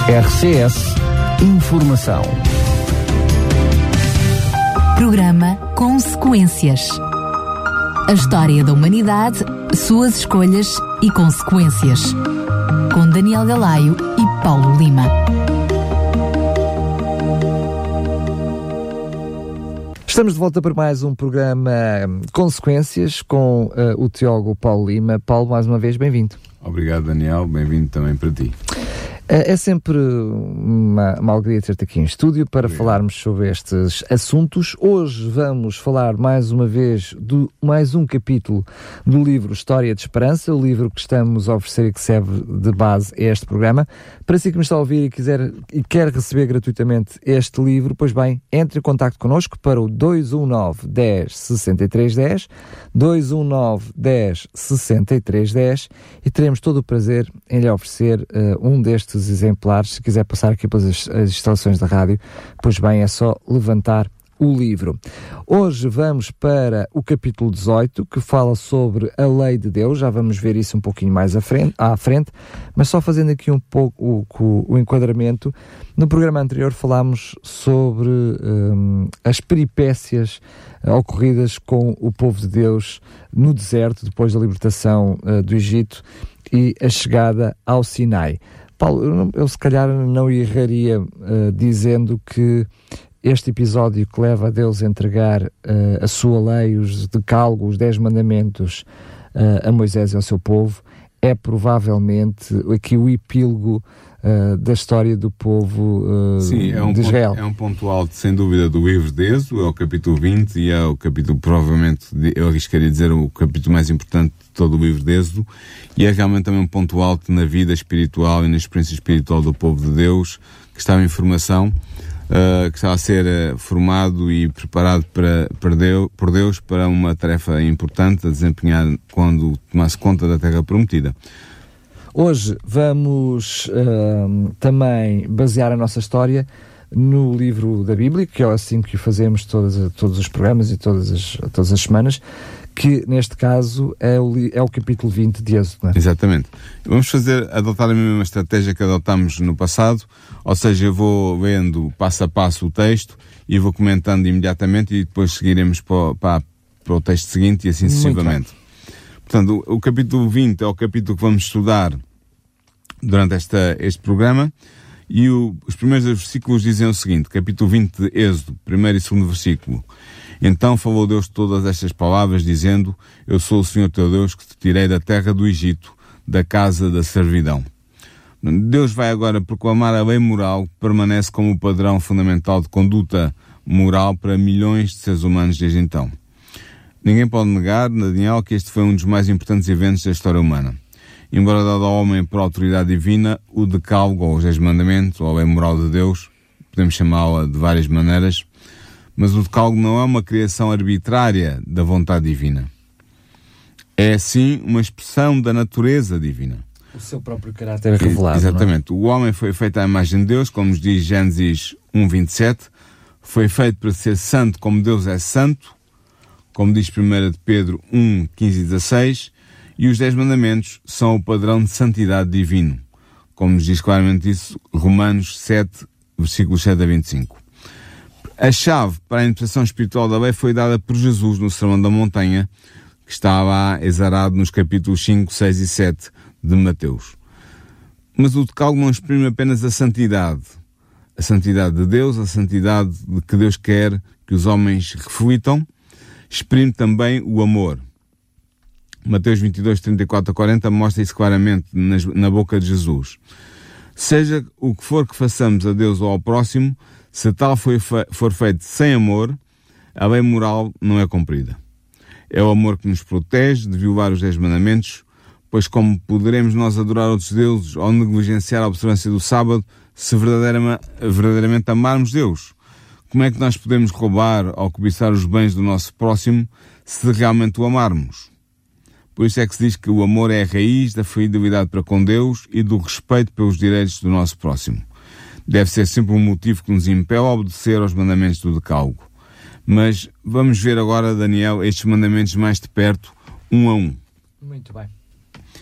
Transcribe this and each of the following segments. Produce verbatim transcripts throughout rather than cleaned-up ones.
R C S Informação. Programa Consequências. A história da humanidade, suas escolhas e consequências. Com Daniel Galaio e Paulo Lima. Estamos de volta para mais um programa Consequências com uh, o teólogo Paulo Lima. Paulo, mais uma vez, bem-vindo. Obrigado, Daniel. Bem-vindo também para ti. É sempre uma, uma alegria ter-te aqui em estúdio para Obrigado. falarmos sobre estes assuntos. Hoje vamos falar mais uma vez de mais um capítulo do livro História de Esperança, o livro que estamos a oferecer e que serve de base a este programa. Para si que me está a ouvir e, quiser, e quer receber gratuitamente este livro, pois bem, entre em contacto connosco para o dois um nove, dez, sessenta e três dez, dois um nove, dez, sessenta e três dez e teremos todo o prazer em lhe oferecer uh, um destes exemplares. Se quiser passar aqui pelas as instalações da rádio, pois bem, é só levantar o livro. Hoje vamos para o capítulo dezoito, que fala sobre a lei de Deus. Já vamos ver isso um pouquinho mais à frente, à frente mas só fazendo aqui um pouco o, o, o enquadramento. No programa anterior falámos sobre um, as peripécias ocorridas com o povo de Deus no deserto, depois da libertação uh, do Egito e a chegada ao Sinai. Paulo, eu, eu se calhar não erraria uh, dizendo que este episódio que leva a Deus a entregar uh, a sua lei, os decálogos, os dez mandamentos uh, a Moisés e ao seu povo, é provavelmente aqui o epílogo uh, da história do povo uh, Sim, é um de Israel. Ponto, é um ponto alto, sem dúvida, do livro de Êxodo, é o capítulo vinte e é o capítulo, provavelmente, eu arriscaria dizer, o capítulo mais importante de todo o livro de Êxodo, e é realmente também um ponto alto na vida espiritual e na experiência espiritual do povo de Deus, que estava em formação, Uh, que estava a ser uh, formado e preparado para, para Deus, por Deus para uma tarefa importante a desempenhar quando tomasse conta da Terra Prometida. Hoje vamos uh, também basear a nossa história no livro da Bíblia, que é assim que o fazemos todas, todos os programas e todas as, todas as semanas, que neste caso é o, é o capítulo vinte de Êxodo, não é? Exatamente. Vamos fazer, adotar a mesma estratégia que adotámos no passado, ou seja, eu vou lendo passo a passo o texto e vou comentando imediatamente e depois seguiremos para, para, para o texto seguinte e assim sucessivamente. Portanto, o, o capítulo vinte é o capítulo que vamos estudar durante esta, este programa e o, os primeiros versículos dizem o seguinte, capítulo vinte de Êxodo, primeiro e segundo versículo. Então falou Deus todas estas palavras, dizendo, eu sou o Senhor teu Deus que te tirei da terra do Egito, da casa da servidão. Deus vai agora proclamar a lei moral que permanece como o padrão fundamental de conduta moral para milhões de seres humanos desde então. Ninguém pode negar, Daniel, que este foi um dos mais importantes eventos da história humana. Embora dado ao homem por autoridade divina, o decálogo, ou os dez mandamentos, ou a lei moral de Deus, podemos chamá-la de várias maneiras, mas o decálogo não é uma criação arbitrária da vontade divina. É, sim, uma expressão da natureza divina. O seu próprio caráter revelado. Exatamente. Não é? O homem foi feito à imagem de Deus, como nos diz Gênesis um, vinte e sete. Foi feito para ser santo como Deus é santo, como diz primeira de Pedro um, quinze e dezasseis. E os dez mandamentos são o padrão de santidade divino, como nos diz claramente isso Romanos sete, versículos sete a vinte e cinco. A chave para a interpretação espiritual da lei foi dada por Jesus no Sermão da Montanha, que está lá exarado nos capítulos cinco, seis e sete de Mateus. Mas o decálogo não exprime apenas a santidade, a santidade de Deus, a santidade de que Deus quer que os homens reflitam, exprime também o amor. Mateus vinte e dois, trinta e quatro a quarenta mostra isso claramente nas, na boca de Jesus. Seja o que for que façamos a Deus ou ao próximo, se tal for, for feito sem amor, a lei moral não é cumprida. É o amor que nos protege de violar os dez mandamentos, pois como poderemos nós adorar outros deuses ou negligenciar a observância do sábado se verdadeiramente, verdadeiramente amarmos Deus? Como é que nós podemos roubar ou cobiçar os bens do nosso próximo se realmente o amarmos? Por isso é que se diz que o amor é a raiz da fidelidade para com Deus e do respeito pelos direitos do nosso próximo. Deve ser sempre um motivo que nos impele a obedecer aos mandamentos do decálogo. Mas vamos ver agora, Daniel, estes mandamentos mais de perto, um a um. Muito bem.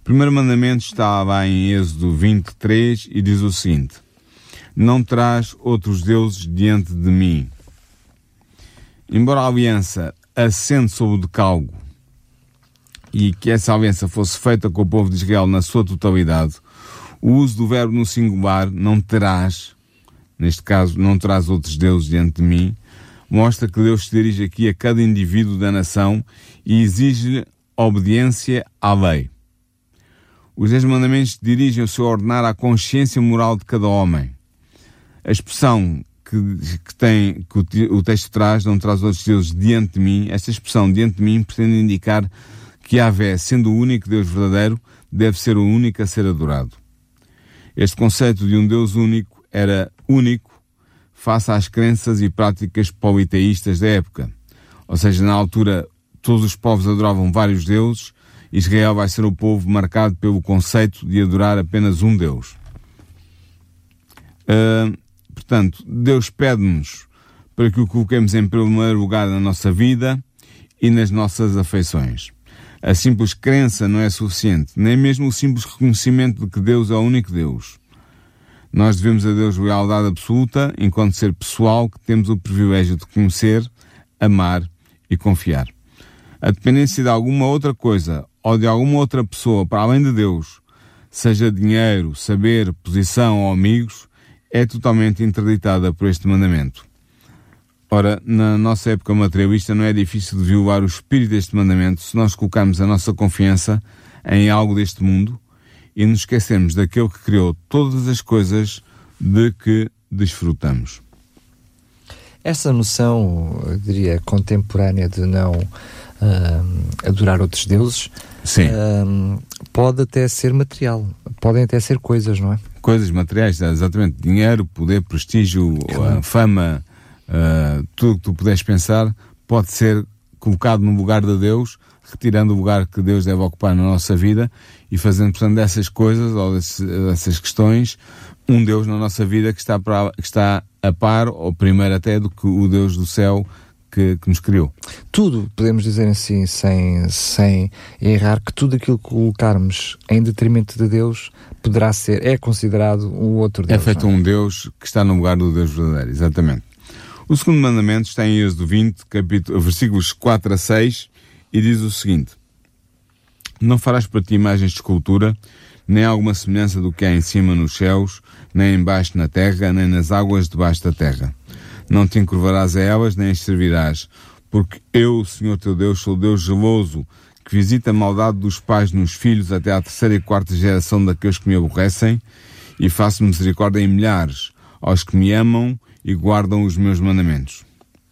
primeiro mandamento está lá em Êxodo vinte e três e diz o seguinte: não terás outros deuses diante de mim. Embora a aliança assente sobre o decálogo e que essa aliança fosse feita com o povo de Israel na sua totalidade, o uso do verbo no singular, não terás, neste caso, não terás outros deuses diante de mim, mostra que Deus se dirige aqui a cada indivíduo da nação e exige obediência à lei. Os dez mandamentos dirigem-se a ordenar a consciência moral de cada homem. A expressão que, que, tem, que o, o texto traz, não traz outros deuses diante de mim, esta expressão diante de mim pretende indicar que Yahvé, sendo o único Deus verdadeiro, deve ser o único a ser adorado. Este conceito de um Deus único era único face às crenças e práticas politeístas da época. Ou seja, na altura todos os povos adoravam vários deuses. Israel vai ser o povo marcado pelo conceito de adorar apenas um Deus. Uh, portanto, Deus pede-nos para que o coloquemos em primeiro lugar na nossa vida e nas nossas afeições. A simples crença não é suficiente, nem mesmo o simples reconhecimento de que Deus é o único Deus. Nós devemos a Deus lealdade absoluta, enquanto ser pessoal que temos o privilégio de conhecer, amar e confiar. A dependência de alguma outra coisa ou de alguma outra pessoa para além de Deus, seja dinheiro, saber, posição ou amigos, é totalmente interditada por este mandamento. Ora, na nossa época materialista não é difícil de violar o espírito deste mandamento se nós colocarmos a nossa confiança em algo deste mundo e nos esquecermos daquele que criou todas as coisas de que desfrutamos. Essa noção, eu diria, contemporânea de não uh, adorar outros deuses, Sim. Uh, pode até ser material, podem até ser coisas, não é? Coisas materiais, exatamente. Dinheiro, poder, prestígio, claro. Fama, uh, tudo o que tu puderes pensar pode ser colocado no lugar de Deus, retirando o lugar que Deus deve ocupar na nossa vida e fazendo, portanto, dessas coisas ou desse, dessas questões um Deus na nossa vida que está, para, que está a par, ou primeiro até, do que o Deus do céu que, que nos criou. Tudo, podemos dizer assim, sem, sem errar, que tudo aquilo que colocarmos em detrimento de Deus poderá ser, é considerado um outro Deus. É feito um Deus que está no lugar do Deus verdadeiro, exatamente. O segundo mandamento está em Êxodo vinte, capítulo, versículos quatro a seis, e diz o seguinte: não farás para ti imagens de escultura, nem alguma semelhança do que há em cima nos céus, nem embaixo na terra, nem nas águas debaixo da terra. Não te encurvarás a elas, nem as servirás, porque eu, o Senhor teu Deus, sou Deus zeloso, que visita a maldade dos pais nos filhos até à terceira e quarta geração daqueles que me aborrecem, e faço misericórdia em milhares aos que me amam e guardam os meus mandamentos.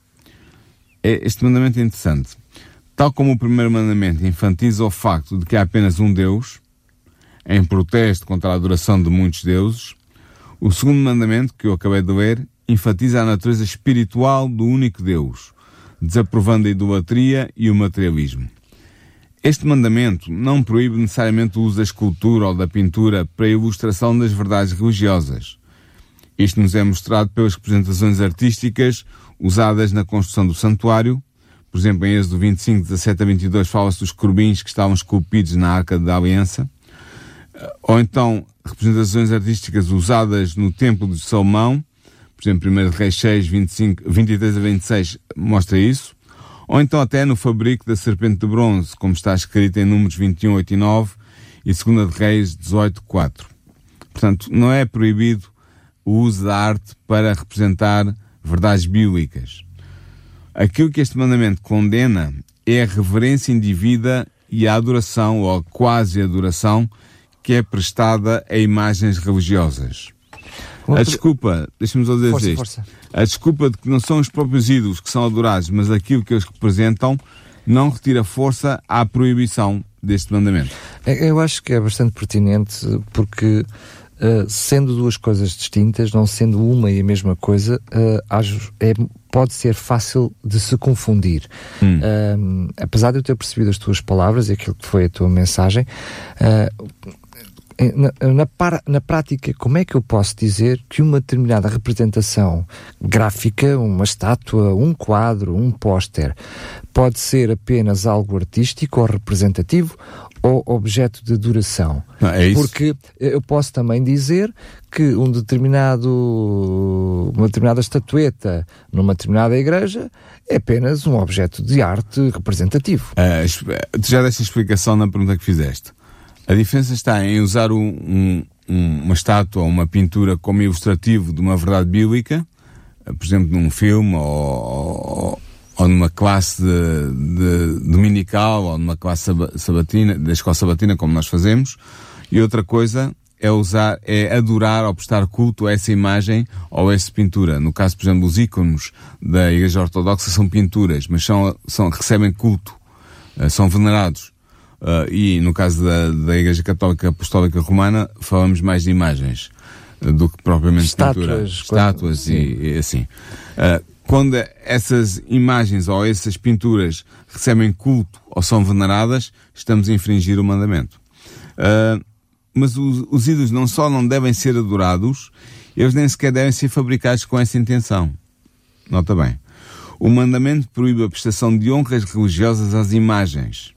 Este mandamento é interessante. Tal como o primeiro mandamento enfatiza o facto de que há apenas um Deus, em protesto contra a adoração de muitos deuses, o segundo mandamento, que eu acabei de ler, enfatiza a natureza espiritual do único Deus, desaprovando a idolatria e o materialismo. Este mandamento não proíbe necessariamente o uso da escultura ou da pintura para a ilustração das verdades religiosas. Isto nos é mostrado pelas representações artísticas usadas na construção do santuário. Por exemplo, em Êxodo vinte e cinco, dezassete a vinte e dois, fala-se dos querubins que estavam esculpidos na Arca da Aliança. Ou então, representações artísticas usadas no Templo de Salomão, por exemplo, primeiro Reis seis, vinte e cinco, vinte e três a vinte e seis, mostra isso. Ou então até no fabrico da serpente de bronze, como está escrito em Números vinte e um, oito e nove, e segunda de Reis dezoito, quatro. Portanto, não é proibido o uso da arte para representar verdades bíblicas. Aquilo que este mandamento condena é a reverência indevida e a adoração, ou a quase adoração, que é prestada a imagens religiosas. A desculpa, deixa-me só dizer força, isto, força. a desculpa de que não são os próprios ídolos que são adorados, mas aquilo que eles representam, não retira força à proibição deste mandamento. Eu acho que é bastante pertinente, porque uh, sendo duas coisas distintas, não sendo uma e a mesma coisa, uh, é, pode ser fácil de se confundir. Hum. Uh, apesar de eu ter percebido as tuas palavras e aquilo que foi a tua mensagem, uh, Na, na, para, na prática, como é que eu posso dizer que uma determinada representação gráfica, uma estátua, um quadro, um póster, pode ser apenas algo artístico ou representativo, ou objeto de adoração. Não, é isso. Porque eu posso também dizer que um determinado, uma determinada estatueta numa determinada igreja é apenas um objeto de arte representativo. Uh, tu já deste a explicação na pergunta que fizeste. A diferença está em usar um, um, uma estátua ou uma pintura como ilustrativo de uma verdade bíblica, por exemplo, num filme ou, ou, ou numa classe de, de, dominical ou numa classe sabatina, da escola sabatina, como nós fazemos, e outra coisa é usar, é adorar ou prestar culto a essa imagem ou a essa pintura. No caso, por exemplo, os ícones da Igreja Ortodoxa são pinturas, mas são, são, recebem culto, são venerados. Uh, e no caso da, da Igreja Católica Apostólica Romana, falamos mais de imagens uh, do que propriamente estátuas, pintura. Estátuas quando... e, e assim. Uh, quando essas imagens ou essas pinturas recebem culto ou são veneradas, estamos a infringir o mandamento. Uh, mas os, os ídolos não só não devem ser adorados, eles nem sequer devem ser fabricados com essa intenção. Nota bem. O mandamento proíbe a prestação de honras religiosas às imagens,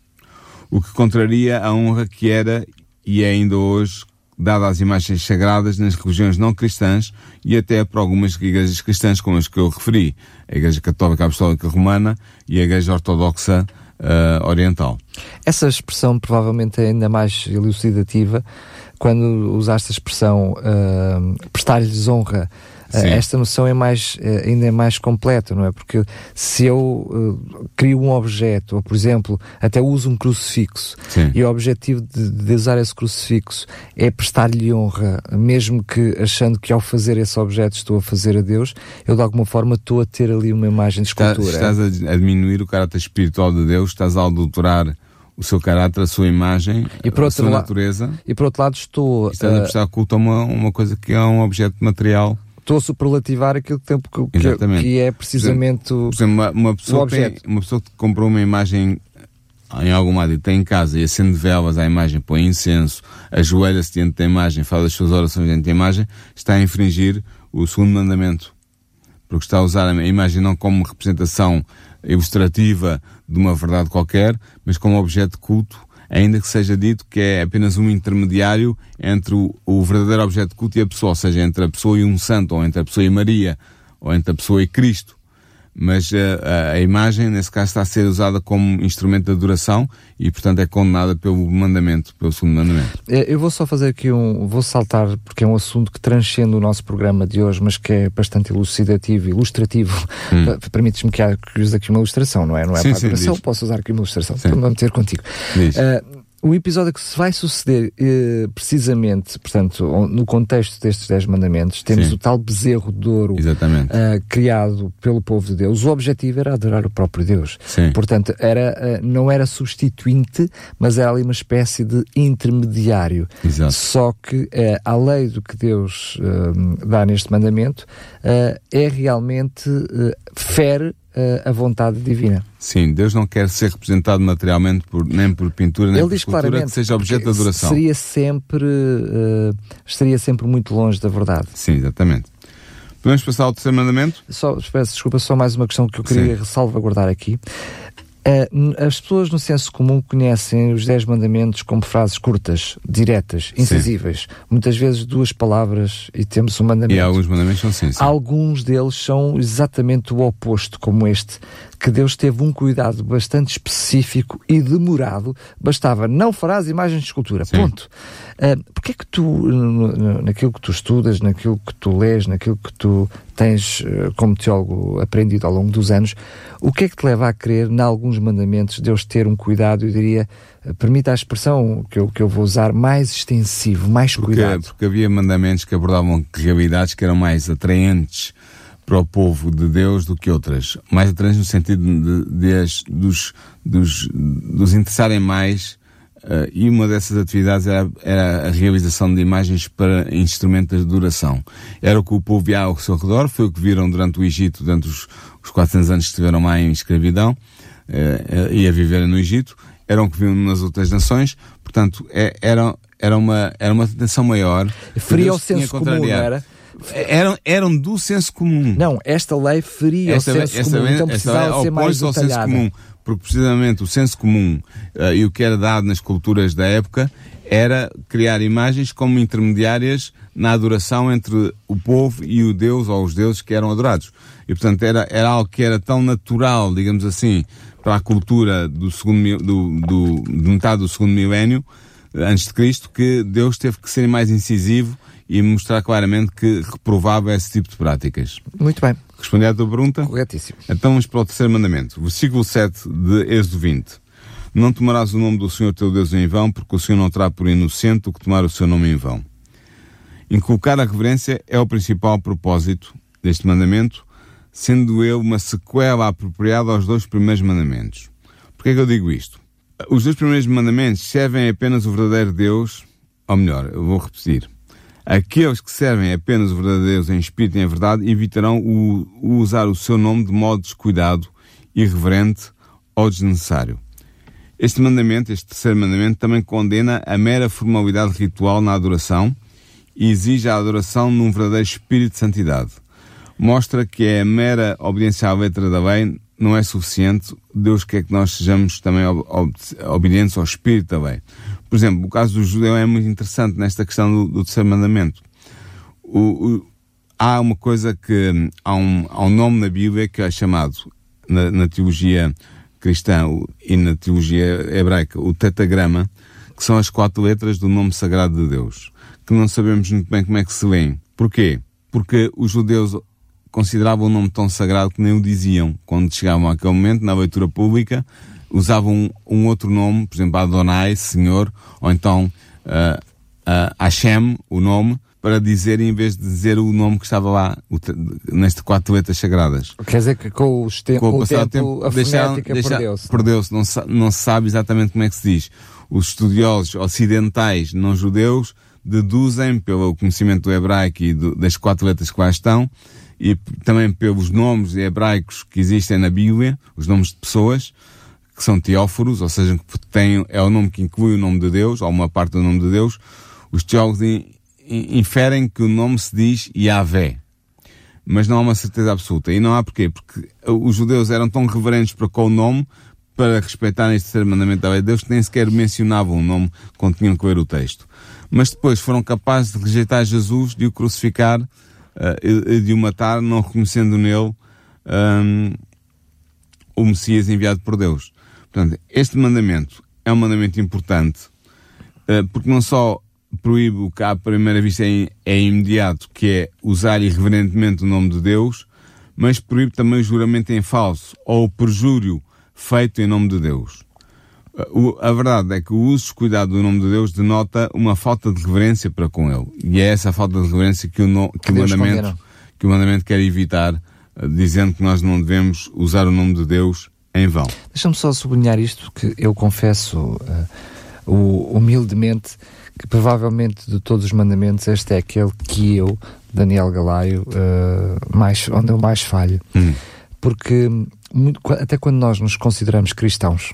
o que contraria a honra que era e é ainda hoje dada às imagens sagradas nas religiões não cristãs e até para algumas igrejas cristãs como as que eu referi, a Igreja Católica Apostólica Romana e a Igreja Ortodoxa uh, Oriental. Essa expressão provavelmente é ainda mais elucidativa quando usaste a expressão uh, prestar-lhes honra. Uh, esta noção é mais, uh, ainda é mais completa, não é? Porque se eu uh, crio um objeto, ou por exemplo, até uso um crucifixo, Sim. e o objetivo de, de usar esse crucifixo é prestar-lhe honra, mesmo que achando que ao fazer esse objeto estou a fazer a Deus, eu de alguma forma estou a ter ali uma imagem de escultura. Estás, estás a, a diminuir o caráter espiritual de Deus, estás a adulterar o seu caráter, a sua imagem, e por a sua la- natureza. E por outro lado estou... Estás uh, a prestar culto a uma, uma coisa que é um objeto material. Estou a superlativar aquilo que, que, que é precisamente por exemplo, uma, uma, pessoa o tem, objeto. uma pessoa que comprou uma imagem em algum lado e tem em casa e acende velas à imagem, põe incenso, ajoelha-se diante da imagem, faz as suas orações diante da imagem, está a infringir o segundo mandamento. Porque está a usar a imagem não como representação ilustrativa de uma verdade qualquer, mas como objeto de culto, ainda que seja dito que é apenas um intermediário entre o, o verdadeiro objeto de culto e a pessoa, ou seja, entre a pessoa e um santo, ou entre a pessoa e Maria, ou entre a pessoa e Cristo. Mas a, a, a imagem, nesse caso, está a ser usada como instrumento de adoração e, portanto, é condenada pelo mandamento, pelo segundo mandamento. Eu vou só fazer aqui um... Vou saltar, porque é um assunto que transcende o nosso programa de hoje, mas que é bastante elucidativo, ilustrativo. Hum. Permites-me que, há, que use aqui uma ilustração, não é? Não é sim, para a adoração, sim, posso usar aqui uma ilustração. Estou-me a meter contigo. Uh, o episódio que se vai suceder eh, precisamente, portanto, no contexto destes dez mandamentos, temos Sim. o tal bezerro de ouro uh, criado pelo povo de Deus. O objetivo era adorar o próprio Deus. Sim. Portanto, era, uh, não era substituinte, mas era ali uma espécie de intermediário. Exato. Só que uh, a lei do que Deus uh, dá neste mandamento uh, é realmente uh, fere Uh, a vontade divina. Sim, Deus não quer ser representado materialmente por, nem por pintura, nem Ele por escultura que seja objeto de adoração. Seria sempre, uh, estaria sempre muito longe da verdade. Sim, exatamente. Podemos passar ao terceiro mandamento? Só, peço desculpa, só mais uma questão que eu queria Sim. salvaguardar aqui. Uh, as pessoas no senso comum conhecem os dez mandamentos como frases curtas, diretas, incisíveis. Sim. Muitas vezes duas palavras e temos um mandamento. E alguns mandamentos são sim, sim. Alguns deles são exatamente o oposto, como este, que Deus teve um cuidado bastante específico e demorado. Bastava, não farás imagens de escultura, sim. ponto. Uh, porque é que tu, no, naquilo que tu estudas, naquilo que tu lês, naquilo que tu tens uh, como teólogo aprendido ao longo dos anos, o que é que te leva a crer, em alguns mandamentos, Deus ter um cuidado, eu diria, uh, permita a expressão que eu, que eu vou usar, mais extensivo, mais porque, cuidado? Porque havia mandamentos que abordavam realidades que eram mais atraentes para o povo de Deus do que outras. Mais atraentes no sentido de, de, de, dos, dos, dos interessarem mais. Uh, e uma dessas atividades era, era a realização de imagens para instrumentos de adoração. Era o que o povo via ao seu redor, foi o que viram durante o Egito, durante os, os quatrocentos anos que estiveram lá em escravidão, uh, e a viver no Egito, eram o que viram nas outras nações, portanto, é, era, era, uma, era uma tensão maior. Feria o senso comum, não era? Eram, eram do senso comum. Não, esta lei feria esta, o senso esta, comum, esta, então precisava ser mais detalhada. Ao senso comum, porque precisamente o senso comum uh, e o que era dado nas culturas da época era criar imagens como intermediárias na adoração entre o povo e o Deus ou os deuses que eram adorados. E, portanto, era, era algo que era tão natural, digamos assim, para a cultura do segundo, do, do, de metade do segundo milénio, antes de Cristo, que Deus teve que ser mais incisivo e mostrar claramente que reprovava esse tipo de práticas. Muito bem. Respondi à tua pergunta? Corretíssimo. Então vamos para o terceiro mandamento. Versículo sete de Êxodo vinte. Não tomarás o nome do Senhor teu Deus em vão, porque o Senhor não terá por inocente o que tomar o seu nome em vão. Inculcar a reverência é o principal propósito deste mandamento, sendo ele uma sequela apropriada aos dois primeiros mandamentos. Porquê é que eu digo isto? Os dois primeiros mandamentos servem apenas o verdadeiro Deus, ou melhor, eu vou repetir. Aqueles que servem apenas o verdadeiro Deus em espírito e em verdade evitarão o, o usar o seu nome de modo descuidado, irreverente ou desnecessário. Este mandamento, este terceiro mandamento, também condena a mera formalidade ritual na adoração e exige a adoração num verdadeiro espírito de santidade. Mostra que a mera obediência à letra da lei não é suficiente. Deus quer que nós sejamos também ob- ob- obedientes ao espírito da lei. Por exemplo, o caso do judeu é muito interessante nesta questão do, do terceiro mandamento. O, o, há uma coisa que, há um, há um nome na Bíblia que é chamado, na, na teologia cristã e na teologia hebraica, o tetagrama, que são as quatro letras do nome sagrado de Deus, que não sabemos muito bem como é que se lêem. Porquê? Porque os judeus consideravam o nome tão sagrado que nem o diziam. Quando chegavam àquele momento, na leitura pública, usavam um, um outro nome, por exemplo, Adonai, Senhor, ou então uh, uh, Hashem, o nome, para dizer, em vez de dizer o nome que estava lá, o te, nestas quatro letras sagradas. Quer dizer que com, os te- com o tempo, tempo a fonética perdeu-se. Perdeu-se, não, não se sabe exatamente como é que se diz. Os estudiosos ocidentais, não judeus, deduzem, pelo conhecimento do hebraico e do, das quatro letras que lá estão, e também pelos nomes hebraicos que existem na Bíblia, os nomes de pessoas, que são teóforos, ou seja, que têm, é o nome que inclui o nome de Deus, ou uma parte do nome de Deus. Os teólogos in, in, inferem que o nome se diz Yahvé, mas não há uma certeza absoluta. E não há porquê, porque os judeus eram tão reverentes para com o nome, para respeitarem este terceiro mandamento da lei de Deus, que nem sequer mencionavam o nome quando tinham que ler o texto. Mas depois foram capazes de rejeitar Jesus, de o crucificar, uh, de o matar, não reconhecendo nele um, o Messias enviado por Deus. Portanto, este mandamento é um mandamento importante, uh, porque não só proíbe o que à primeira vista é, é imediato, que é usar irreverentemente o nome de Deus, mas proíbe também o juramento em falso, ou o perjúrio feito em nome de Deus. O, a verdade é que o uso descuidado do nome de Deus denota uma falta de reverência para com ele. E é essa falta de reverência que o, no, que o, mandamento, que o mandamento quer evitar, uh, dizendo que nós não devemos usar o nome de Deus em vão. Deixa-me só sublinhar isto, que eu confesso uh, o, humildemente que provavelmente de todos os mandamentos este é aquele que eu, Daniel Galaio, uh, mais, onde eu mais falho. Hum. Porque muito, até quando nós nos consideramos cristãos,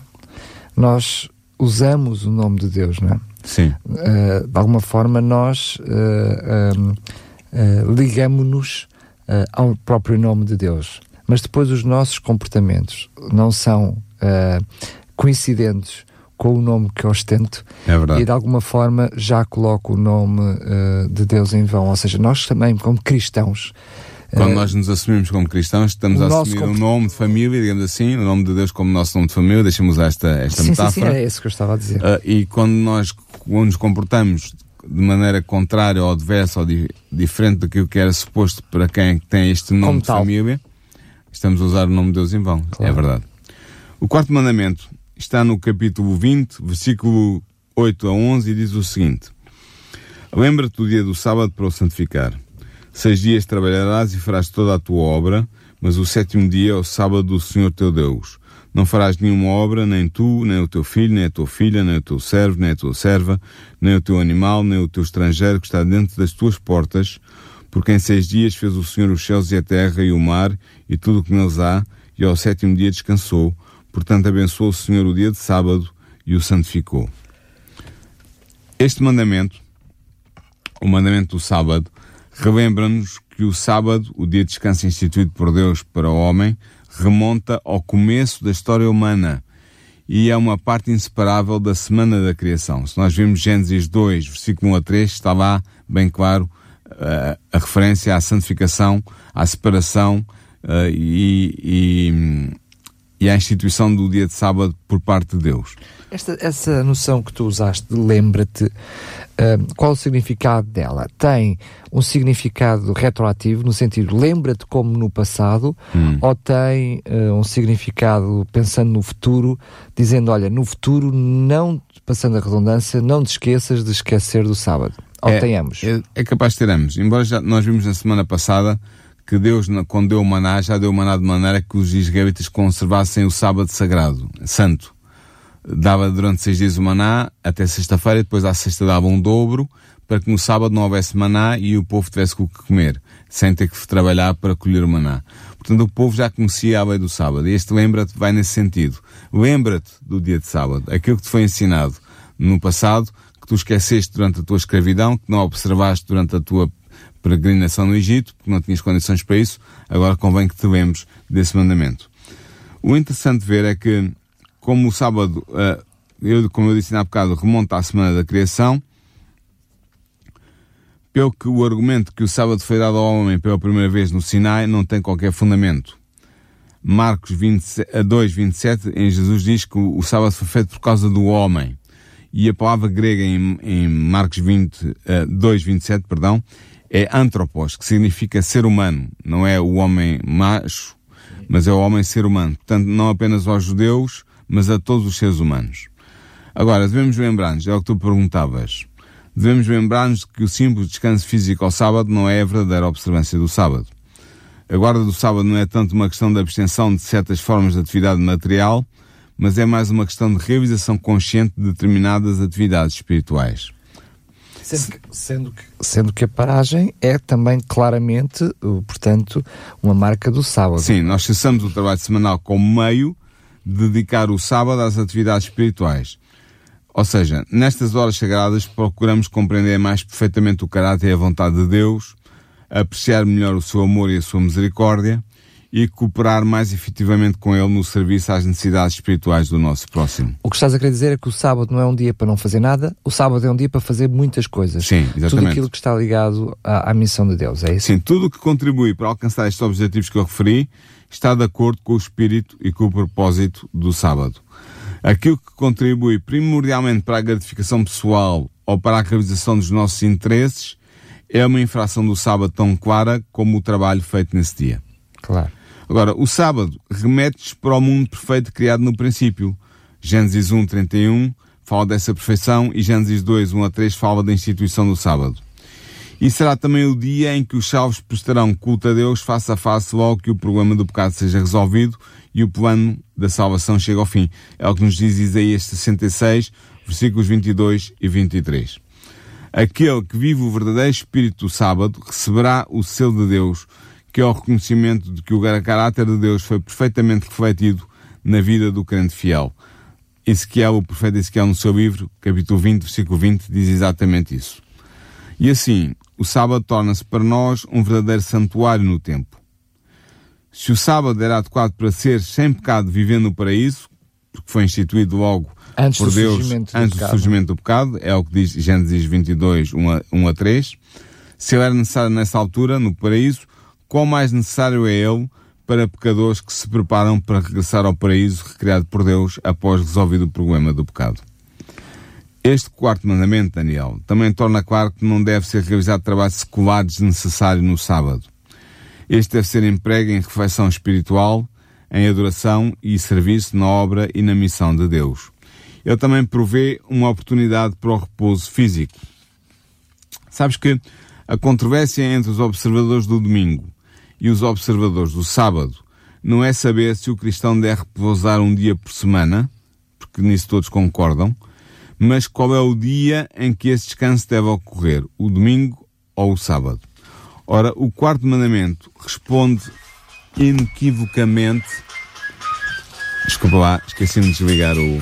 nós usamos o nome de Deus, não é? Sim. Uh, de alguma forma nós uh, um, uh, ligamos-nos uh, ao próprio nome de Deus. Mas depois os nossos comportamentos não são uh, coincidentes com o nome que ostento, é verdade. E de alguma forma já coloco o nome uh, de Deus em vão. Ou seja, nós também, como cristãos, quando nós nos assumimos como cristãos, estamos a assumir comp... um nome de família, digamos assim, o nome de Deus como nosso nome de família, deixa-me usar esta, esta sim, metáfora. Sim, sim, é isso que eu estava a dizer. Uh, e quando nós quando nos comportamos de maneira contrária ou adversa ou di- diferente daquilo que era suposto para quem tem este nome como de tal. Família, estamos a usar o nome de Deus em vão. Claro. É verdade. O quarto mandamento está no capítulo vinte, versículo oito a onze, e diz o seguinte: lembra-te do dia do sábado para o santificar. Seis dias trabalharás e farás toda a tua obra, mas o sétimo dia é o sábado do Senhor teu Deus. Não farás nenhuma obra, nem tu, nem o teu filho, nem a tua filha, nem o teu servo, nem a tua serva, nem o teu animal, nem o teu estrangeiro que está dentro das tuas portas, porque em seis dias fez o Senhor os céus e a terra e o mar e tudo o que neles há, e ao sétimo dia descansou. Portanto, abençoou o Senhor o dia de sábado e o santificou. Este mandamento, o mandamento do sábado, relembra-nos que o sábado, o dia de descanso instituído por Deus para o homem, remonta ao começo da história humana e é uma parte inseparável da semana da criação. Se nós vimos Gênesis dois, versículo um a três, está lá bem claro uh, a referência à santificação, à separação uh, e, e, e à instituição do dia de sábado por parte de Deus. Esta, essa noção que tu usaste de lembra-te, uh, qual o significado dela? Tem um significado retroativo, no sentido lembra-te como no passado, hum. ou tem uh, um significado pensando no futuro, dizendo, olha, no futuro, não, passando a redundância, não te esqueças de esquecer do sábado? Ou é, tem ambos? É, é capaz de ter ambos. Embora já, nós vimos na semana passada que Deus, quando deu o maná, já deu o maná de maneira que os israelitas conservassem o sábado sagrado, santo. Dava durante seis dias o maná, até sexta-feira, e depois à sexta dava um dobro, para que no sábado não houvesse maná e o povo tivesse o que comer, sem ter que trabalhar para colher o maná. Portanto, o povo já conhecia a lei do sábado, e este lembra-te vai nesse sentido. Lembra-te do dia de sábado, aquilo que te foi ensinado no passado, que tu esqueceste durante a tua escravidão, que não observaste durante a tua peregrinação no Egito, porque não tinhas condições para isso, agora convém que te lembres desse mandamento. O interessante de ver é que, como o sábado, uh, eu, como eu disse há bocado, remonta à semana da criação, pelo que o argumento que o sábado foi dado ao homem pela primeira vez no Sinai não tem qualquer fundamento. Marcos dois, vinte e sete, em Jesus diz que o, o sábado foi feito por causa do homem. E a palavra grega em, em Marcos dois, vinte e sete, perdão, é antropos, que significa ser humano. Não é o homem macho, mas é o homem ser humano. Portanto, não apenas aos judeus, mas a todos os seres humanos. Agora, devemos lembrar-nos, é o que tu perguntavas, devemos lembrar-nos que o simples descanso físico ao sábado não é a verdadeira observância do sábado. A guarda do sábado não é tanto uma questão de abstenção de certas formas de atividade material, mas é mais uma questão de realização consciente de determinadas atividades espirituais. Sendo que, sendo, que, sendo que a paragem é também claramente, portanto, uma marca do sábado. Sim, nós cessamos o trabalho semanal como meio de dedicar o sábado às atividades espirituais. Ou seja, nestas horas sagradas procuramos compreender mais perfeitamente o caráter e a vontade de Deus, apreciar melhor o seu amor e a sua misericórdia e cooperar mais efetivamente com Ele no serviço às necessidades espirituais do nosso próximo. O que estás a querer dizer é que o sábado não é um dia para não fazer nada, o sábado é um dia para fazer muitas coisas. Sim, exatamente. Tudo aquilo que está ligado à, à missão de Deus, é isso? Sim, tudo o que contribui para alcançar estes objetivos que eu referi está de acordo com o espírito e com o propósito do sábado. Aquilo que contribui primordialmente para a gratificação pessoal ou para a realização dos nossos interesses é uma infração do sábado tão clara como o trabalho feito nesse dia. Claro. Agora, o sábado remete-nos para o mundo perfeito criado no princípio. Gênesis um, trinta e um fala dessa perfeição e Gênesis dois, um a três fala da instituição do sábado. E será também o dia em que os salvos prestarão culto a Deus face a face logo que o problema do pecado seja resolvido e o plano da salvação chega ao fim. É o que nos diz Isaías sessenta e seis, versículos vinte e dois e vinte e três. Aquele que vive o verdadeiro espírito do sábado receberá o selo de Deus, que é o reconhecimento de que o caráter de Deus foi perfeitamente refletido na vida do crente fiel. Ezequiel, o profeta Ezequiel, no seu livro, capítulo vinte, versículo vinte, diz exatamente isso. E assim, o sábado torna-se para nós um verdadeiro santuário no tempo. Se o sábado era adequado para ser sem pecado vivendo no paraíso, porque foi instituído logo antes por do Deus surgimento do antes do pecado. surgimento do pecado, é o que diz Gênesis vinte e dois, um a três, se ele era necessário nessa altura, no paraíso, quão mais necessário é ele para pecadores que se preparam para regressar ao paraíso recriado por Deus após resolvido o problema do pecado. Este quarto mandamento, Daniel, também torna claro que não deve ser realizado trabalho secular desnecessário no sábado. Este deve ser emprego em reflexão espiritual, em adoração e serviço na obra e na missão de Deus. Ele também provê uma oportunidade para o repouso físico. Sabes que a controvérsia entre os observadores do domingo e os observadores do sábado não é saber se o cristão deve repousar um dia por semana, porque nisso todos concordam, mas qual é o dia em que esse descanso deve ocorrer, o domingo ou o sábado. Ora, o quarto mandamento responde inequivocamente... Desculpa lá, esqueci-me de desligar o,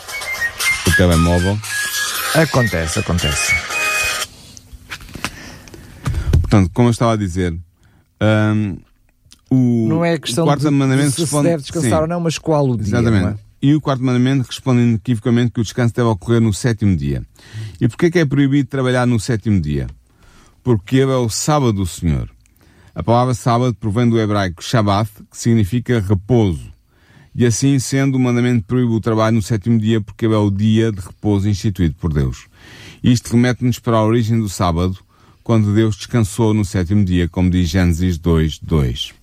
o telemóvel. Acontece, acontece. Portanto, como eu estava a dizer, hum, o, não é questão o quarto de, mandamento de se responde, deve descansar sim, ou não, mas qual o dia. Exatamente. Não é? E o quarto mandamento responde inequivocamente que o descanso deve ocorrer no sétimo dia. E porquê que é proibido trabalhar no sétimo dia? Porque ele é o sábado do Senhor. A palavra sábado provém do hebraico Shabbat, que significa repouso. E assim sendo, o mandamento proíbe o trabalho no sétimo dia porque ele é o dia de repouso instituído por Deus. Isto remete-nos para a origem do sábado, quando Deus descansou no sétimo dia, como diz Gênesis dois, dois.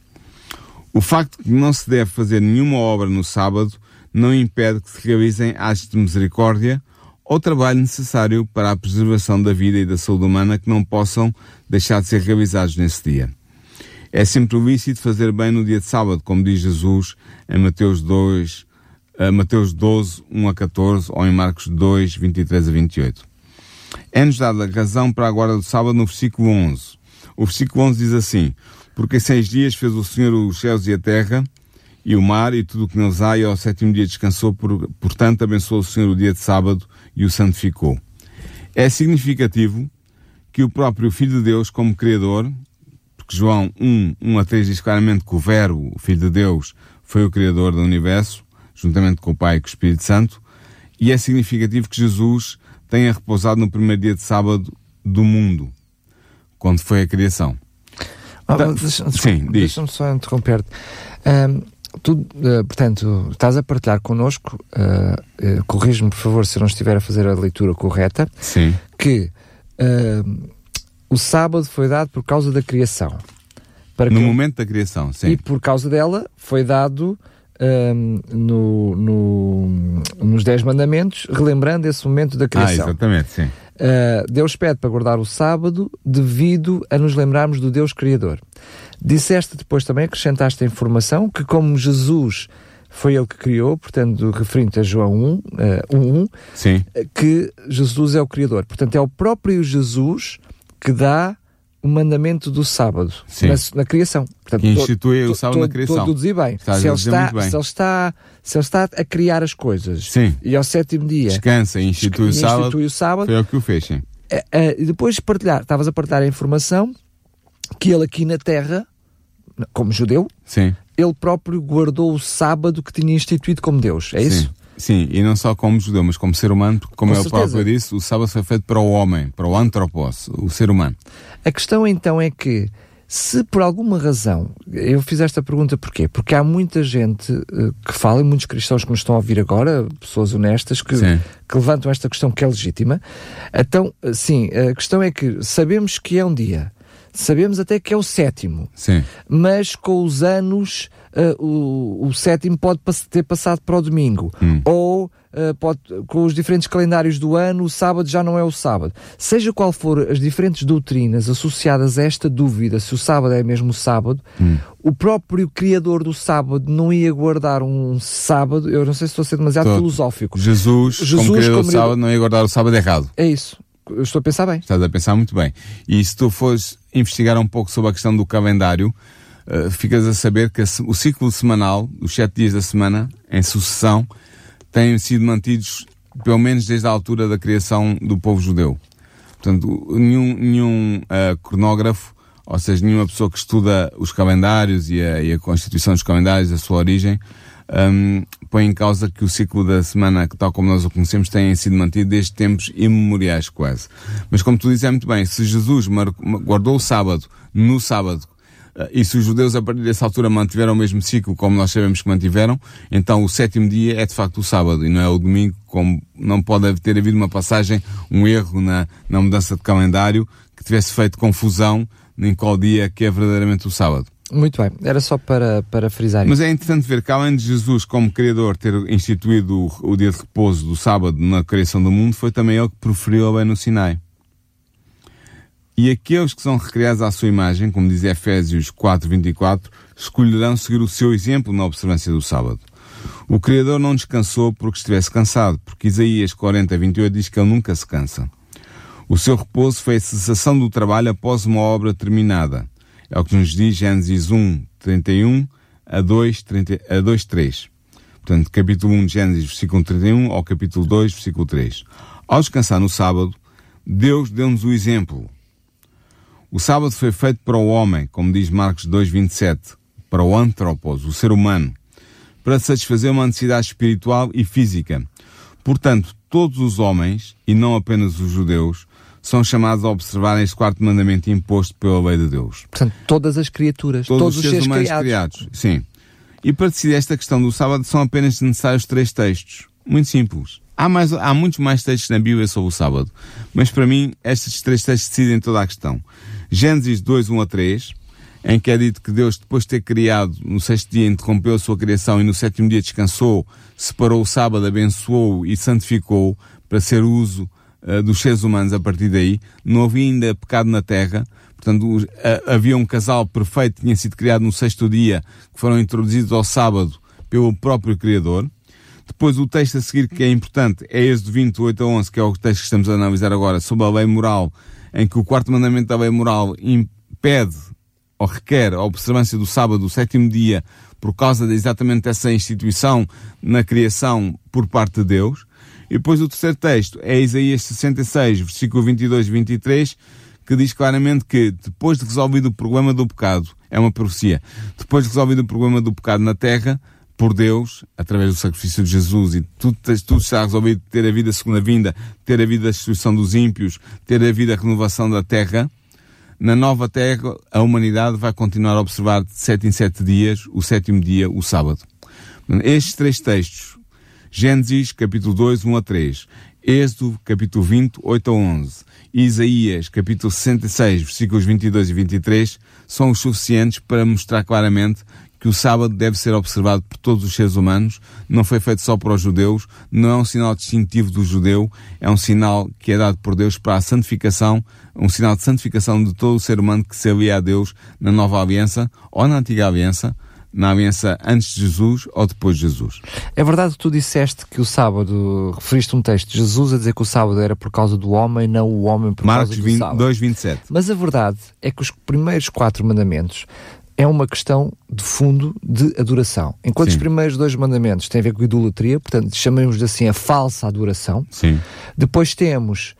O facto de que não se deve fazer nenhuma obra no sábado não impede que se realizem atos de misericórdia ou trabalho necessário para a preservação da vida e da saúde humana que não possam deixar de ser realizados nesse dia. É sempre lícito fazer bem no dia de sábado, como diz Jesus em Mateus dois, uh, Mateus doze, um a catorze, ou em Marcos dois, vinte e três a vinte e oito. É-nos dada a razão para a guarda do sábado no versículo onze. O versículo onze diz assim: porque em seis dias fez o Senhor os céus e a terra, e o mar, e tudo o que neles há, e ao sétimo dia descansou, por, portanto abençoou o Senhor o dia de sábado e o santificou. É significativo que o próprio Filho de Deus, como Criador, porque João um, um a três diz claramente que o Verbo, o Filho de Deus, foi o Criador do universo, juntamente com o Pai e com o Espírito Santo, e é significativo que Jesus tenha repousado no primeiro dia de sábado do mundo, quando foi a criação. Oh, Tá, deixa, sim, diz. Deixa-me só interromper-te. Um, tu, uh, portanto, estás a partilhar connosco, uh, uh, corrige-me por favor se eu não estiver a fazer a leitura correta, Sim. que uh, o sábado foi dado por causa da criação. Para No que, momento da criação, sim. E por causa dela foi dado um, no, no, nos Dez Mandamentos, relembrando esse momento da Ah, criação. exatamente, sim. Uh, Deus pede para guardar o sábado devido a nos lembrarmos do Deus Criador. Disseste depois também, acrescentaste a informação que como Jesus foi ele que criou, portanto referindo-te a João um, uh, um, Sim. que Jesus é o Criador. Portanto é o próprio Jesus que dá o mandamento do sábado na, na criação. Portanto, que institui to, o sábado to, na criação. Estou a deduzir bem. Estás se, a ele dizer está, muito bem. se, ele está, se ele está a criar as coisas, Sim. e ao sétimo dia Descansa e institui, institui, o, sábado, institui o sábado, foi o que o fez, sim. é, é, e depois partilhar, estavas a partilhar a informação que ele aqui na Terra, como judeu, Sim. ele próprio guardou o sábado que tinha instituído como Deus, é isso? Sim. Sim, e não só como judeu, mas como ser humano, porque como Com ele certeza. próprio disse, o sábado foi feito para o homem, para o antropos, o ser humano. A questão então é que, se por alguma razão, eu fiz esta pergunta porquê? Porque há muita gente uh, que fala, e muitos cristãos que nos estão a ouvir agora, pessoas honestas, que, que levantam esta questão que é legítima. Então, sim, a questão é que sabemos que é um dia, sabemos até que é o sétimo, Sim. mas com os anos uh, o, o sétimo pode pass- ter passado para o domingo, hum. ou uh, pode, com os diferentes calendários do ano, o sábado já não é o sábado. Seja qual for as diferentes doutrinas associadas a esta dúvida, se o sábado é mesmo o sábado, hum. o próprio criador do sábado não ia guardar um sábado, eu não sei se estou a ser demasiado Estou. filosófico. Jesus, Jesus como criador como do sábado, não ia guardar o sábado errado. É isso. Eu estou a pensar bem. Estás a pensar muito bem. E se tu fores investigar um pouco sobre a questão do calendário, uh, ficas a saber que o ciclo semanal, os sete dias da semana, em sucessão, têm sido mantidos pelo menos desde a altura da criação do povo judeu. Portanto, nenhum, nenhum uh, cronógrafo, ou seja, nenhuma pessoa que estuda os calendários e a, e a constituição dos calendários, a sua origem, um, põe em causa que o ciclo da semana, tal como nós o conhecemos, tem sido mantido desde tempos imemoriais quase. Mas como tu dizes é muito bem, se Jesus mar- guardou o sábado no sábado, uh, e se os judeus a partir dessa altura mantiveram o mesmo ciclo como nós sabemos que mantiveram, então o sétimo dia é de facto o sábado e não é o domingo, como não pode ter havido uma passagem, um erro na, na mudança de calendário que tivesse feito confusão em qual dia que é verdadeiramente o sábado. Muito bem, era só para, para frisar Mas isso. é interessante ver que além de Jesus como Criador ter instituído o, o dia de repouso do sábado na criação do mundo, foi também ele que proferiu a lei no Sinai. E aqueles que são recriados à sua imagem, como diz Efésios quatro, vinte e quatro, escolherão seguir o seu exemplo na observância do sábado. O Criador não descansou porque estivesse cansado, porque Isaías quarenta, vinte e oito diz que ele nunca se cansa. O seu repouso foi a cessação do trabalho após uma obra terminada. É o que nos diz Gênesis um, trinta e um a dois, trinta, a dois, três. Portanto, capítulo um de Gênesis, versículo trinta e um, ao capítulo dois, versículo três. Ao descansar no sábado, Deus deu-nos o exemplo. O sábado foi feito para o homem, como diz Marcos dois, vinte e sete, para o antropos, o ser humano, para satisfazer uma necessidade espiritual e física. Portanto, todos os homens, e não apenas os judeus, são chamados a observar este quarto mandamento imposto pela lei de Deus. Portanto, todas as criaturas, todos, todos os os seres humanos criados. criados. Sim. E para decidir esta questão do sábado são apenas necessários três textos. Muito simples. Há, mais, há muitos mais textos na Bíblia sobre o sábado, mas para mim estes três textos decidem toda a questão. Gênesis dois, um a três, em que é dito que Deus, depois de ter criado, no sexto dia interrompeu a sua criação e no sétimo dia descansou, separou o sábado, abençoou e santificou para ser uso uh, dos seres humanos a partir daí. Não havia ainda pecado na terra, portanto uh, havia um casal perfeito que tinha sido criado no sexto dia, que foram introduzidos ao sábado pelo próprio Criador. Depois o texto a seguir que é importante é Êxodo vinte, oito a onze, que é o texto que estamos a analisar agora, sobre a lei moral, em que o quarto mandamento da lei moral impede ou requer a observância do sábado, o sétimo dia, por causa de exatamente essa instituição na criação por parte de Deus. E depois o terceiro texto é Isaías sessenta e seis, versículo vinte e dois e vinte e três, que diz claramente que depois de resolvido o problema do pecado, é uma profecia, depois de resolvido o problema do pecado na terra, por Deus, através do sacrifício de Jesus, e tudo, tudo está resolvido, ter a vida segunda vinda, ter a vida da destruição dos ímpios, ter a vida da renovação da terra. Na nova terra, a humanidade vai continuar a observar de sete em sete dias, o sétimo dia, o sábado. Estes três textos, Gênesis, capítulo dois, um a três, Êxodo, capítulo vinte, oito a onze, e Isaías, capítulo sessenta e seis, versículos vinte e dois e vinte e três, são os suficientes para mostrar claramente que o sábado deve ser observado por todos os seres humanos, não foi feito só para os judeus, não é um sinal distintivo do judeu, é um sinal que é dado por Deus para a santificação, um sinal de santificação de todo o ser humano que se alia a Deus na nova aliança ou na antiga aliança, na aliança antes de Jesus ou depois de Jesus. É verdade que tu disseste que o sábado, referiste um texto de Jesus a dizer que o sábado era por causa do homem, não o homem por Marcos causa do sábado. dois, vinte e sete. Mas a verdade é que os primeiros quatro mandamentos é uma questão de fundo de adoração. Enquanto Sim. os primeiros dois mandamentos têm a ver com idolatria, portanto chamamos assim a falsa adoração. Sim. Depois temos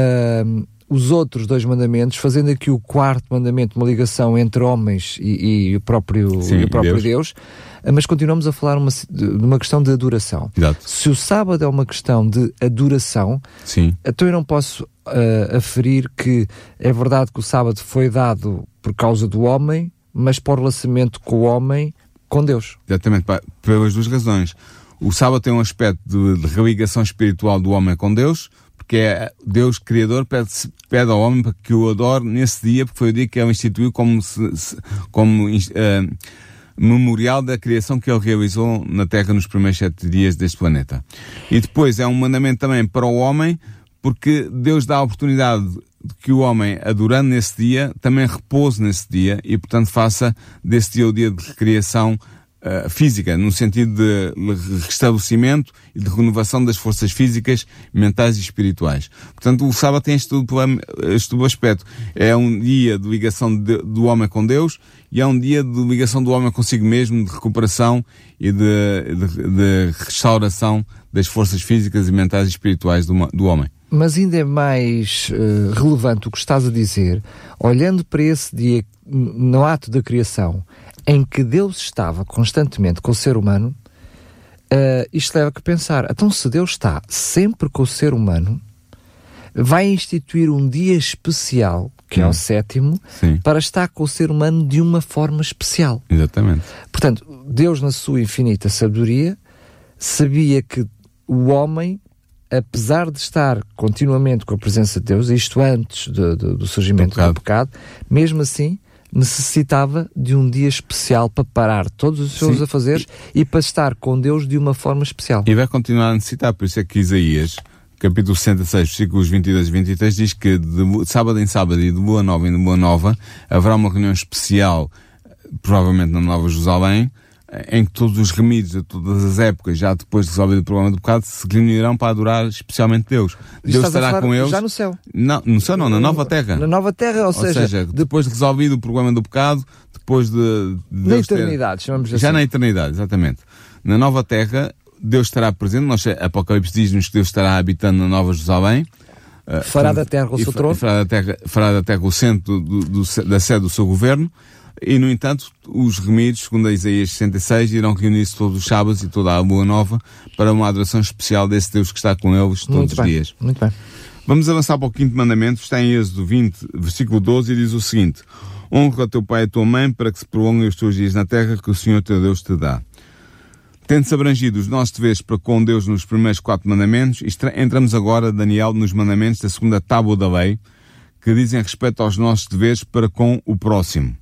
uh, os outros dois mandamentos, fazendo aqui o quarto mandamento uma ligação entre homens e, e o próprio, Sim, e o próprio Deus. Deus, mas continuamos a falar uma, de uma questão de adoração. Exato. Se o sábado é uma questão de adoração, Sim. então eu não posso uh, aferir que é verdade que o sábado foi dado por causa do homem, mas para o relacionamento com o homem, com Deus. Exatamente, pelas duas razões. O sábado tem um aspecto de, de religação espiritual do homem com Deus, porque é Deus Criador pede, pede ao homem para que o adore nesse dia, porque foi o dia que ele instituiu como, se, se, como uh, memorial da criação que ele realizou na Terra nos primeiros sete dias deste planeta. E depois é um mandamento também para o homem, porque Deus dá a oportunidade de que o homem, adorando nesse dia, também repouse nesse dia e, portanto, faça desse dia o dia de recriação uh, física, no sentido de restabelecimento e de renovação das forças físicas, mentais e espirituais. Portanto, o sábado tem este duplo, este duplo aspecto. É um dia de ligação de, do homem com Deus e é um dia de ligação do homem consigo mesmo, de recuperação e de, de, de restauração das forças físicas e mentais e espirituais do, do homem. Mas ainda é mais uh, relevante o que estás a dizer, olhando para esse dia no ato da criação, em que Deus estava constantemente com o ser humano, uh, isto leva a pensar, então se Deus está sempre com o ser humano, vai instituir um dia especial, que hum. é o sétimo, Sim. para estar com o ser humano de uma forma especial. Exatamente. Portanto, Deus, na sua infinita sabedoria, sabia que o homem, apesar de estar continuamente com a presença de Deus, isto antes de, de, do surgimento do pecado. do pecado, mesmo assim necessitava de um dia especial para parar todos os seus Sim. afazeres e para estar com Deus de uma forma especial. E vai continuar a necessitar, por isso é que Isaías, capítulo sessenta e seis, versículos vinte e dois e vinte e três, diz que de sábado em sábado e de boa nova em boa nova haverá uma reunião especial, provavelmente na Nova Jerusalém, em que todos os remidos de todas as épocas, já depois de resolvido o problema do pecado, se reunirão para adorar especialmente Deus. Deus estará com eles. Já no céu. Não, no céu não, na nova terra. Na nova terra, ou, ou seja, seja, depois de resolvido o problema do pecado, depois de... de na eternidade, ter, chamamos assim. Já na eternidade, exatamente. Na nova terra, Deus estará presente. Nós, Apocalipse diz-nos que Deus estará habitando na Nova Jerusalém. Fará da terra o seu trono. Fará da terra, fará da terra o centro do, do, da sede do seu governo. E, no entanto, os remidos, segundo a Isaías sessenta e seis, irão reunir-se todos os sábados e toda a boa nova para uma adoração especial desse Deus que está com eles todos Muito os bem. dias. Muito bem. Vamos avançar para o quinto mandamento, está em Êxodo vinte, versículo doze, e diz o seguinte: honra o teu pai e a tua mãe para que se prolonguem os teus dias na terra que o Senhor teu Deus te dá. Tendo-se abrangido os nossos deveres para com Deus nos primeiros quatro mandamentos, entramos agora, Daniel, nos mandamentos da segunda tábua da lei, que dizem respeito aos nossos deveres para com o próximo.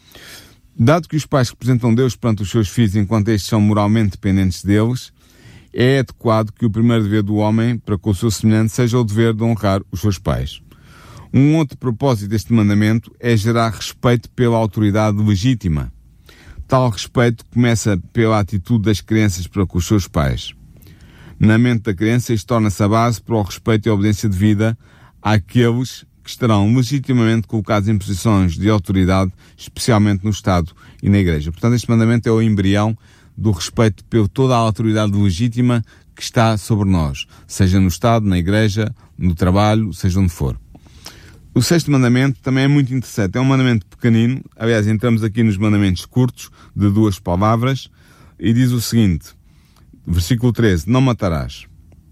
Dado que os pais representam Deus perante os seus filhos enquanto estes são moralmente dependentes deles, é adequado que o primeiro dever do homem para com o seu semelhante seja o dever de honrar os seus pais. Um outro propósito deste mandamento é gerar respeito pela autoridade legítima. Tal respeito começa pela atitude das crianças para com os seus pais. Na mente da criança, isto torna-se a base para o respeito e a obediência devida àqueles que estarão legitimamente colocados em posições de autoridade, especialmente no Estado e na Igreja. Portanto, este mandamento é o embrião do respeito por toda a autoridade legítima que está sobre nós, seja no Estado, na Igreja, no trabalho, seja onde for. O sexto mandamento também é muito interessante. É um mandamento pequenino. Aliás, entramos aqui nos mandamentos curtos, de duas palavras, e diz o seguinte, versículo treze, não matarás.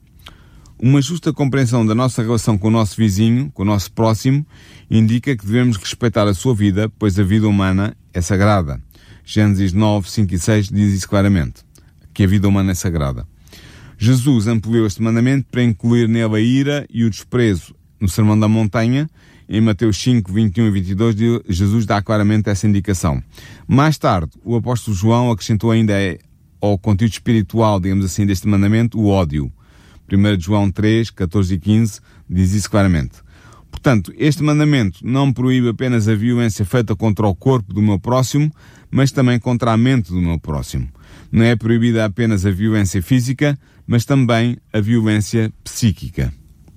Uma justa compreensão da nossa relação com o nosso vizinho, com o nosso próximo, indica que devemos respeitar a sua vida, pois a vida humana é sagrada. Gênesis nove, cinco e seis diz isso claramente, que a vida humana é sagrada. Jesus ampliou este mandamento para incluir nele a ira e o desprezo no Sermão da Montanha. Em Mateus cinco, vinte e um e vinte e dois, Jesus dá claramente essa indicação. Mais tarde, o apóstolo João acrescentou ainda ao conteúdo espiritual, digamos assim, deste mandamento, o ódio. primeiro João três, catorze e quinze diz isso claramente. Portanto, este mandamento não proíbe apenas a violência feita contra o corpo do meu próximo, mas também contra a mente do meu próximo. Não é proibida apenas a violência física, mas também a violência psíquica.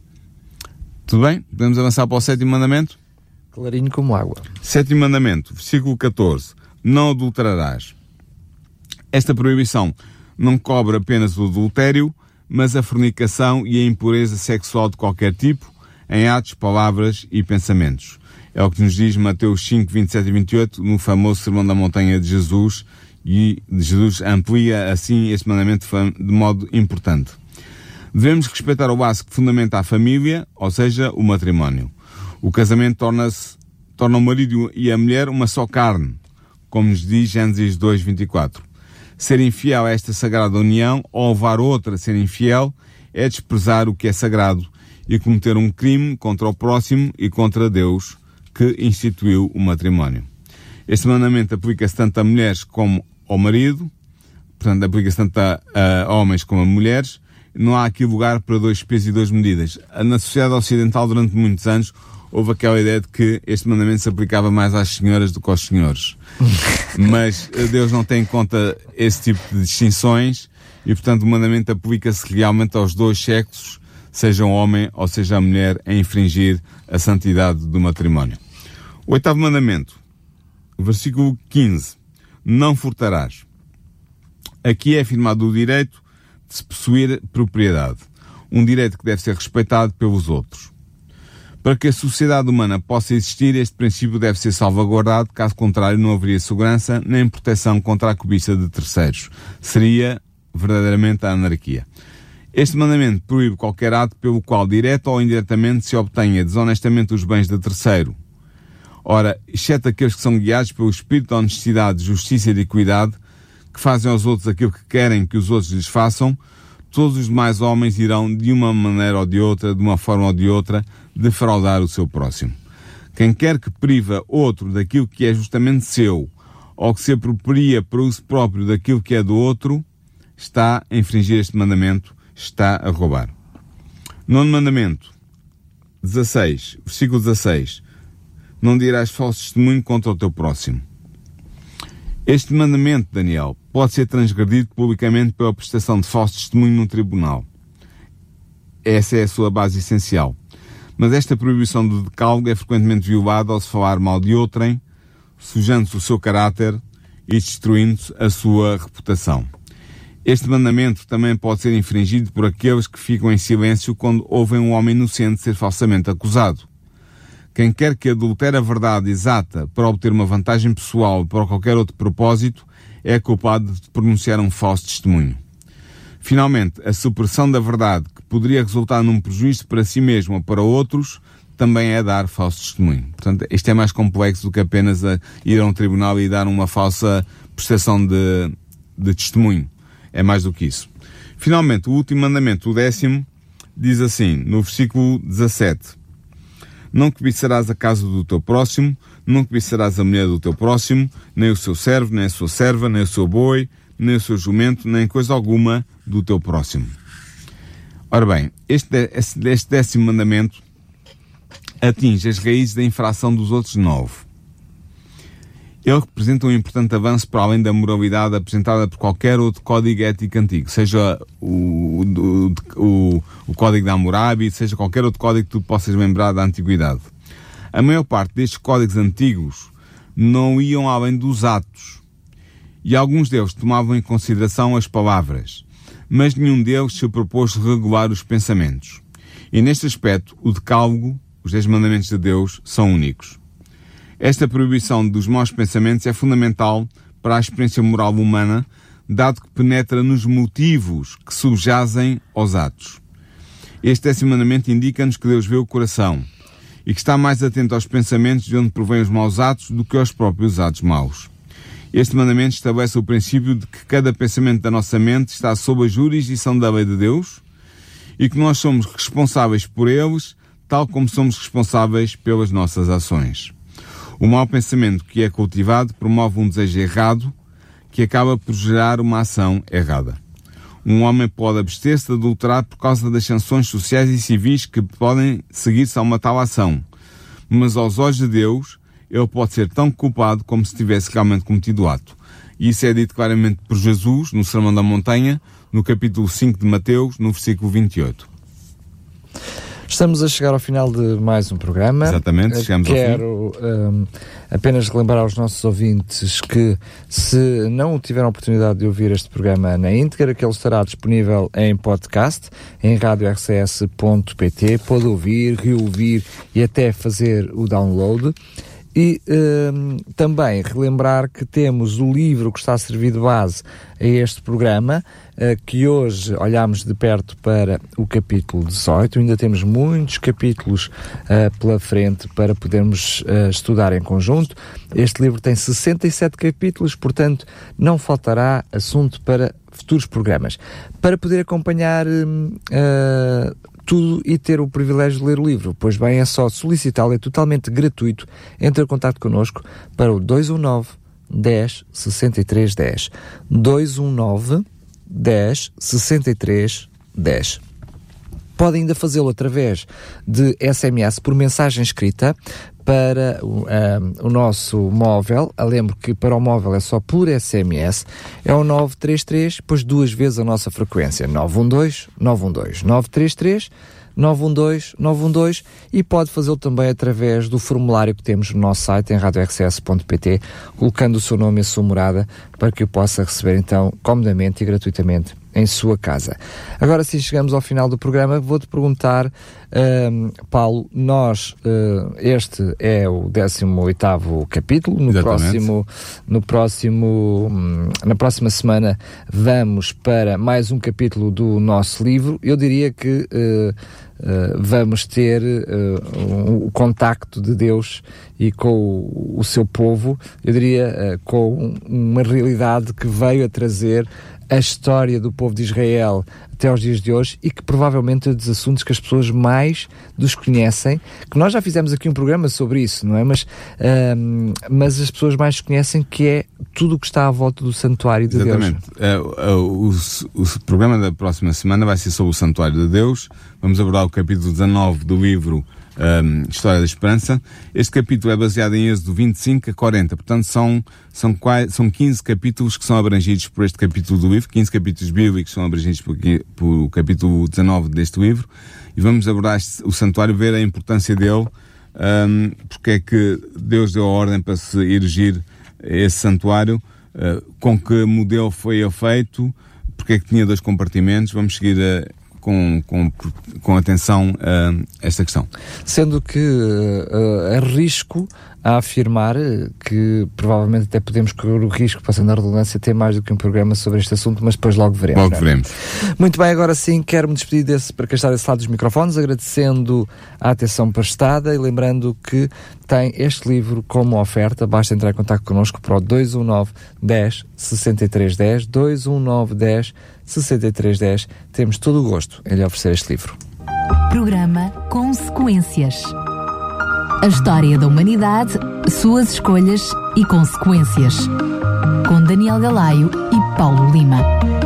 Tudo bem? Podemos avançar para o sétimo mandamento? Clarinho como água. Sétimo mandamento, versículo catorze. Não adulterarás. Esta proibição não cobre apenas o adultério, mas a fornicação e a impureza sexual de qualquer tipo, em atos, palavras e pensamentos. É o que nos diz Mateus cinco, vinte e sete e vinte e oito, no famoso Sermão da Montanha de Jesus, e Jesus amplia assim este mandamento de modo importante. Devemos respeitar o básico que fundamenta a família, ou seja, o matrimónio. O casamento torna-se, torna o marido e a mulher uma só carne, como nos diz Gênesis dois, vinte e quatro. Ser infiel a esta sagrada união, ou levar outra a ser infiel, é desprezar o que é sagrado e cometer um crime contra o próximo e contra Deus, que instituiu o matrimónio. Este mandamento aplica-se tanto a mulheres como ao marido, portanto, aplica-se tanto a, a homens como a mulheres. Não há aqui lugar para dois pesos e duas medidas. Na sociedade ocidental, durante muitos anos, houve aquela ideia de que este mandamento se aplicava mais às senhoras do que aos senhores. Mas Deus não tem em conta esse tipo de distinções e, portanto, o mandamento aplica-se realmente aos dois sexos, seja o homem ou seja a mulher, a infringir a santidade do matrimónio. O oitavo mandamento, versículo quinze. Não furtarás. Aqui é afirmado o direito de se possuir propriedade. Um direito que deve ser respeitado pelos outros. Para que a sociedade humana possa existir, este princípio deve ser salvaguardado, caso contrário não haveria segurança nem proteção contra a cobiça de terceiros. Seria verdadeiramente a anarquia. Este mandamento proíbe qualquer ato pelo qual, direta ou indiretamente, se obtenha desonestamente os bens de terceiro. Ora, exceto aqueles que são guiados pelo espírito de honestidade, justiça e de equidade, que fazem aos outros aquilo que querem que os outros lhes façam, todos os demais homens irão, de uma maneira ou de outra, de uma forma ou de outra, defraudar o seu próximo. Quem quer que priva outro daquilo que é justamente seu, ou que se apropria para uso próprio daquilo que é do outro, está a infringir este mandamento, está a roubar. Nono mandamento, dezasseis, versículo dezasseis. Não dirás falso testemunho contra o teu próximo. Este mandamento, Daniel, pode ser transgredido publicamente pela prestação de falso testemunho no tribunal. Essa é a sua base essencial. Mas esta proibição do decálogo é frequentemente violada ao se falar mal de outrem, sujando-se o seu caráter e destruindo-se a sua reputação. Este mandamento também pode ser infringido por aqueles que ficam em silêncio quando ouvem um homem inocente ser falsamente acusado. Quem quer que adultere a verdade exata para obter uma vantagem pessoal ou para qualquer outro propósito é culpado de pronunciar um falso testemunho. Finalmente, a supressão da verdade, que poderia resultar num prejuízo para si mesmo ou para outros, também é dar falso testemunho. Portanto, isto é mais complexo do que apenas a ir a um tribunal e dar uma falsa prestação de, de testemunho. É mais do que isso. Finalmente, o último mandamento, o décimo, diz assim, no versículo dezassete: não cobiçarás a casa do teu próximo, não cobiçarás a mulher do teu próximo, nem o seu servo, nem a sua serva, nem o seu boi, nem o seu jumento, nem coisa alguma do teu próximo. Ora bem, este, este décimo mandamento atinge as raízes da infração dos outros nove. Ele representa um importante avanço para além da moralidade apresentada por qualquer outro código ético antigo, seja o, o, o, o Código de Hammurabi, seja qualquer outro código que tu possas lembrar da antiguidade. A maior parte destes códigos antigos não iam além dos atos, e alguns deles tomavam em consideração as palavras, mas nenhum deles se propôs regular os pensamentos. E neste aspecto, o Decálogo, os dez mandamentos de Deus, são únicos. Esta proibição dos maus pensamentos é fundamental para a experiência moral humana, dado que penetra nos motivos que subjazem aos atos. Este décimo mandamento indica-nos que Deus vê o coração e que está mais atento aos pensamentos de onde provém os maus atos do que aos próprios atos maus. Este mandamento estabelece o princípio de que cada pensamento da nossa mente está sob a jurisdição da lei de Deus e que nós somos responsáveis por eles, tal como somos responsáveis pelas nossas ações. O mau pensamento que é cultivado promove um desejo errado que acaba por gerar uma ação errada. Um homem pode abster-se de adulterar por causa das sanções sociais e civis que podem seguir-se a uma tal ação, mas aos olhos de Deus ele pode ser tão culpado como se tivesse realmente cometido o ato. E isso é dito claramente por Jesus no Sermão da Montanha, no capítulo cinco de Mateus, no versículo vinte e oito. Estamos a chegar ao final de mais um programa. Exatamente, chegamos Quero, ao fim. Quero um, apenas relembrar aos nossos ouvintes que, se não tiveram a oportunidade de ouvir este programa na íntegra, que ele estará disponível em podcast, em rádio r c s ponto p t. Pode ouvir, reouvir e até fazer o download. E um, também relembrar que temos o livro que está a servir de base a este programa, uh, que hoje olhamos de perto para o capítulo dezoito. Ainda temos muitos capítulos uh, pela frente para podermos uh, estudar em conjunto. Este livro tem sessenta e sete capítulos, portanto não faltará assunto para futuros programas. Para poder acompanhar uh, tudo e ter o privilégio de ler o livro, pois bem, é só solicitá-lo, é totalmente gratuito. Entre em contato connosco para o dois um nove, dez, sessenta e três, dez. dois um nove, dez, sessenta e três, dez. Pode ainda fazê-lo através de S M S por mensagem escrita para um, o nosso móvel. Eu lembro que para o móvel é só por S M S. É o nove três três, depois duas vezes a nossa frequência. nove um dois, nove um dois. nove três três, nove um dois, nove um dois. E pode fazê-lo também através do formulário que temos no nosso site, em rádio r c s ponto p t, colocando o seu nome e a sua morada, para que o possa receber então comodamente e gratuitamente em sua casa. Agora sim, chegamos ao final do programa. Vou-te perguntar, um, Paulo, nós, uh, este é o décimo oitavo capítulo. No próximo, no próximo, um, na próxima semana vamos para mais um capítulo do nosso livro. Eu diria que uh, uh, vamos ter uh, um, o contacto de Deus e com o, o seu povo, eu diria, uh, com uma realidade que veio a trazer a história do povo de Israel até aos dias de hoje e que provavelmente é dos assuntos que as pessoas mais desconhecem, que nós já fizemos aqui um programa sobre isso, não é? Mas, um, mas as pessoas mais conhecem, que é tudo o que está à volta do Santuário de Exatamente. Deus. Exatamente. Uh, uh, o, o programa da próxima semana vai ser sobre o Santuário de Deus. Vamos abordar o capítulo dezanove do livro Um, História da Esperança. Este capítulo é baseado em Êxodo vinte e cinco a quarenta, portanto são, são, são quinze capítulos que são abrangidos por este capítulo do livro, quinze capítulos bíblicos são abrangidos por, por o capítulo dezanove deste livro, e vamos abordar este, o santuário, ver a importância dele, um, porque é que Deus deu a ordem para se erigir esse santuário, uh, com que modelo foi ele feito, porque é que tinha dois compartimentos. Vamos seguir a com, com, com atenção a esta questão. Sendo que uh, arrisco a afirmar que provavelmente até podemos correr o risco, passando a redundância, ter mais do que um programa sobre este assunto, mas depois logo veremos. Logo veremos. Muito bem, agora sim, quero-me despedir desse, para quem está desse lado dos microfones, agradecendo a atenção prestada e lembrando que tem este livro como oferta. Basta entrar em contato connosco para o dois um nove, dez, sessenta e três dez, dois um nove, dez, sessenta e três dez. Temos todo o gosto em lhe oferecer este livro. Programa Consequências. A história da humanidade, suas escolhas e consequências. Com Daniel Galaio e Paulo Lima.